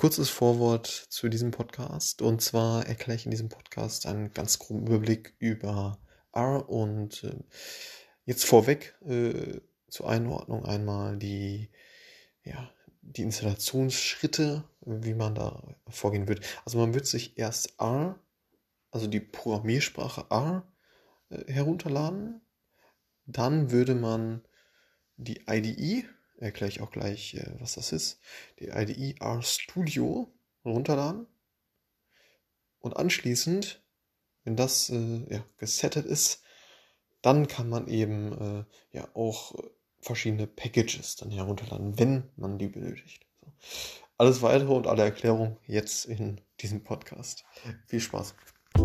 Kurzes Vorwort zu diesem Podcast. Und zwar erkläre ich in diesem Podcast einen ganz groben Überblick über R und jetzt vorweg zur Einordnung einmal die Installationsschritte, wie man da vorgehen wird. Also man wird sich erst R, also die Programmiersprache R, herunterladen. Dann würde man die IDE, erkläre ich auch gleich, was das ist, die IDE RStudio runterladen. Und anschließend, wenn das gesettet ist, dann kann man eben auch verschiedene Packages dann herunterladen, wenn man die benötigt. So. Alles weitere und alle Erklärungen jetzt in diesem Podcast. Viel Spaß.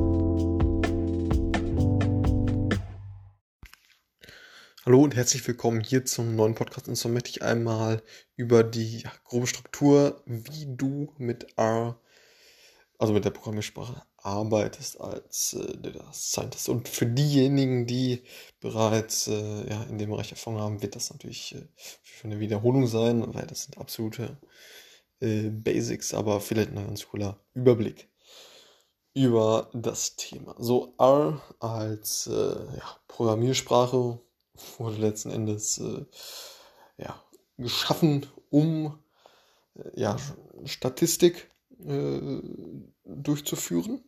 Hallo und herzlich willkommen hier zum neuen Podcast. Und zwar möchte ich einmal über die grobe Struktur, wie du mit R, also mit der Programmiersprache, arbeitest als Data Scientist. Und für diejenigen, die bereits in dem Bereich Erfahrung haben, wird das natürlich für eine Wiederholung sein, weil das sind absolute Basics, aber vielleicht ein ganz cooler Überblick über das Thema. So, R als Programmiersprache wurde letzten Endes geschaffen, um Statistik durchzuführen,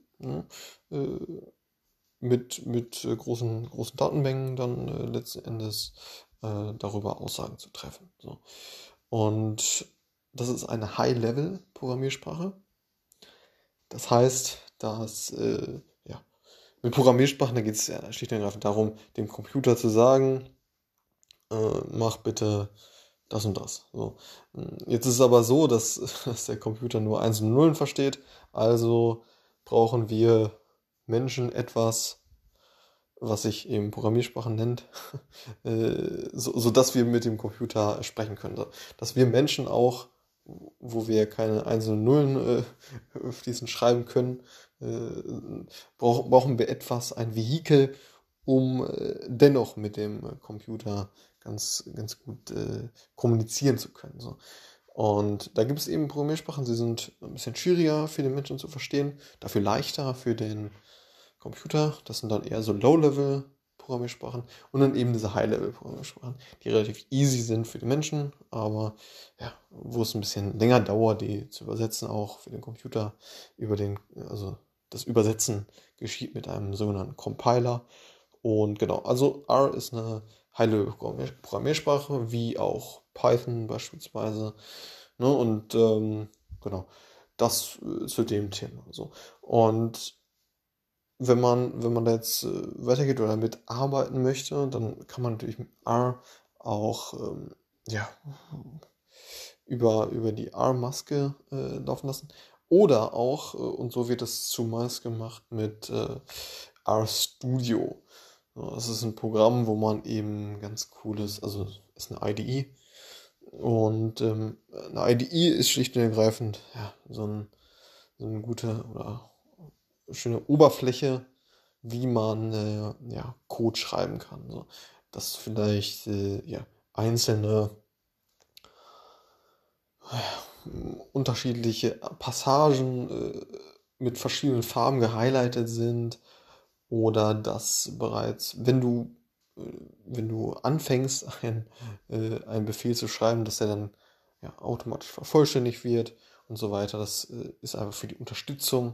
mit großen Datenmengen dann letzten Endes darüber Aussagen zu treffen. So. Und das ist eine High-Level-Programmiersprache. Das heißt, dass mit Programmiersprachen, da geht es ja schlicht und ergreifend darum, dem Computer zu sagen, mach bitte das und das. So. Jetzt ist es aber so, dass der Computer nur Eins und Nullen versteht, also brauchen wir Menschen etwas, was sich eben Programmiersprachen nennt, sodass wir mit dem Computer sprechen können. Dass wir Menschen auch, wo wir keine Einsen und Nullen fließend schreiben können, brauchen wir ein Vehikel, um dennoch mit dem Computer ganz gut kommunizieren zu können. So. Und da gibt es eben Programmiersprachen, die sind ein bisschen schwieriger für den Menschen zu verstehen, dafür leichter für den Computer. Das sind dann eher so Low-Level-Programmiersprachen und dann eben diese High-Level-Programmiersprachen, die relativ easy sind für die Menschen, aber wo es ein bisschen länger dauert, die zu übersetzen, auch für den Computer also das Übersetzen geschieht mit einem sogenannten Compiler. Und genau, also R ist eine High-Level-Programmiersprache, wie auch Python beispielsweise. Ne? Und genau, das zu dem Thema. So. Und wenn man da jetzt weitergeht oder damit arbeiten möchte, dann kann man natürlich mit R auch über die R-Maske laufen lassen. Oder auch, und so wird es zumeist gemacht, mit RStudio. Das ist ein Programm, wo man eben ganz cooles, also ist eine IDE. Und eine IDE ist schlicht und ergreifend so eine gute oder schöne Oberfläche, wie man Code schreiben kann. So, dass vielleicht einzelne unterschiedliche Passagen mit verschiedenen Farben gehighlightet sind oder dass bereits, wenn du anfängst, einen Befehl zu schreiben, dass er dann automatisch vervollständigt wird und so weiter. Das ist einfach für die Unterstützung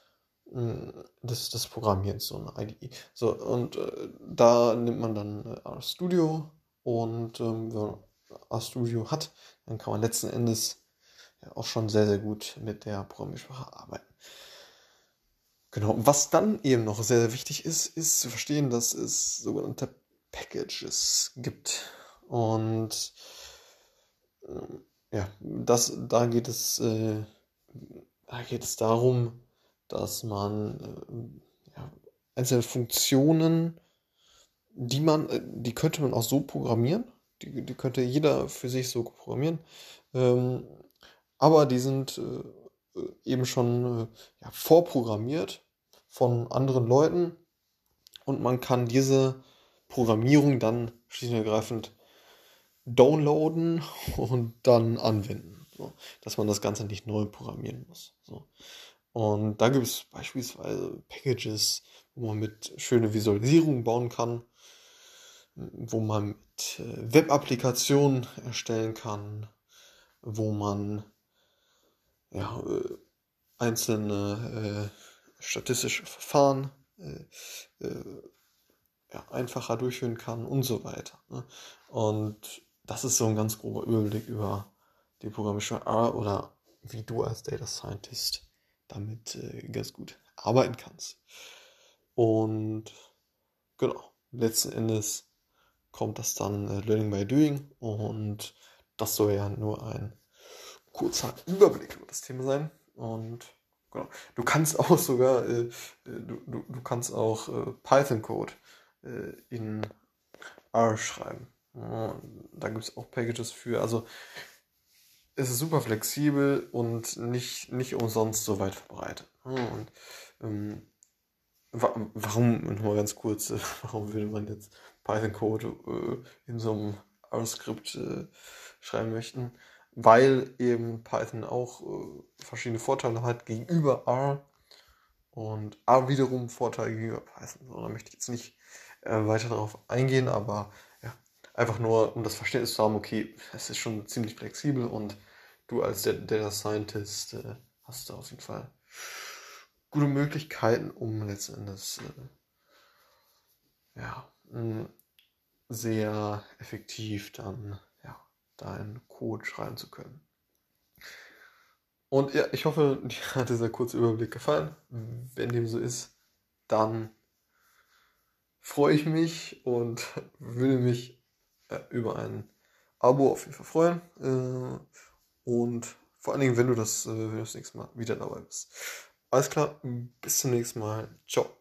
des Programmierens so eine IDE. So, und da nimmt man dann RStudio und wenn man RStudio hat, dann kann man letzten Endes auch schon sehr, sehr gut mit der Programmiersprache arbeiten. Genau, und was dann eben noch sehr, sehr wichtig ist zu verstehen, dass es sogenannte Packages gibt. Und da geht es darum, dass man einzelne Funktionen, die könnte man auch so programmieren, die könnte jeder für sich so programmieren, aber die sind eben schon vorprogrammiert von anderen Leuten und man kann diese Programmierung dann schlicht und ergreifend downloaden und dann anwenden. So, dass man das Ganze nicht neu programmieren muss. So. Und da gibt es beispielsweise Packages, wo man mit schöne Visualisierungen bauen kann, wo man mit Web-Applikationen erstellen kann, wo man ja, einzelne statistische Verfahren einfacher durchführen kann und so weiter. Ne? Und das ist so ein ganz grober Überblick über die Programmiersprache R oder wie du als Data Scientist damit ganz gut arbeiten kannst. Und genau, letzten Endes kommt das dann Learning by Doing und das soll ja nur ein kurzer Überblick über das Thema sein. Und genau, du kannst auch sogar, du kannst auch Python-Code in R schreiben. Ja, da gibt es auch Packages für. Also es ist super flexibel und nicht umsonst so weit verbreitet. Ja, und warum, nochmal ganz kurz, warum würde man jetzt Python-Code in so einem R-Skript schreiben möchten? Weil eben Python auch verschiedene Vorteile hat gegenüber R und R wiederum Vorteile gegenüber Python. So, da möchte ich jetzt nicht weiter darauf eingehen, aber ja, einfach nur, um das Verständnis zu haben, okay, es ist schon ziemlich flexibel und du als Data Scientist hast da auf jeden Fall gute Möglichkeiten, um letzten Endes sehr effektiv dann deinen Code schreiben zu können. Und ja, ich hoffe, dir hat dieser kurze Überblick gefallen. Wenn dem so ist, dann freue ich mich und würde mich über ein Abo auf jeden Fall freuen. Und vor allen Dingen, wenn du das nächste Mal wieder dabei bist. Alles klar, bis zum nächsten Mal. Ciao.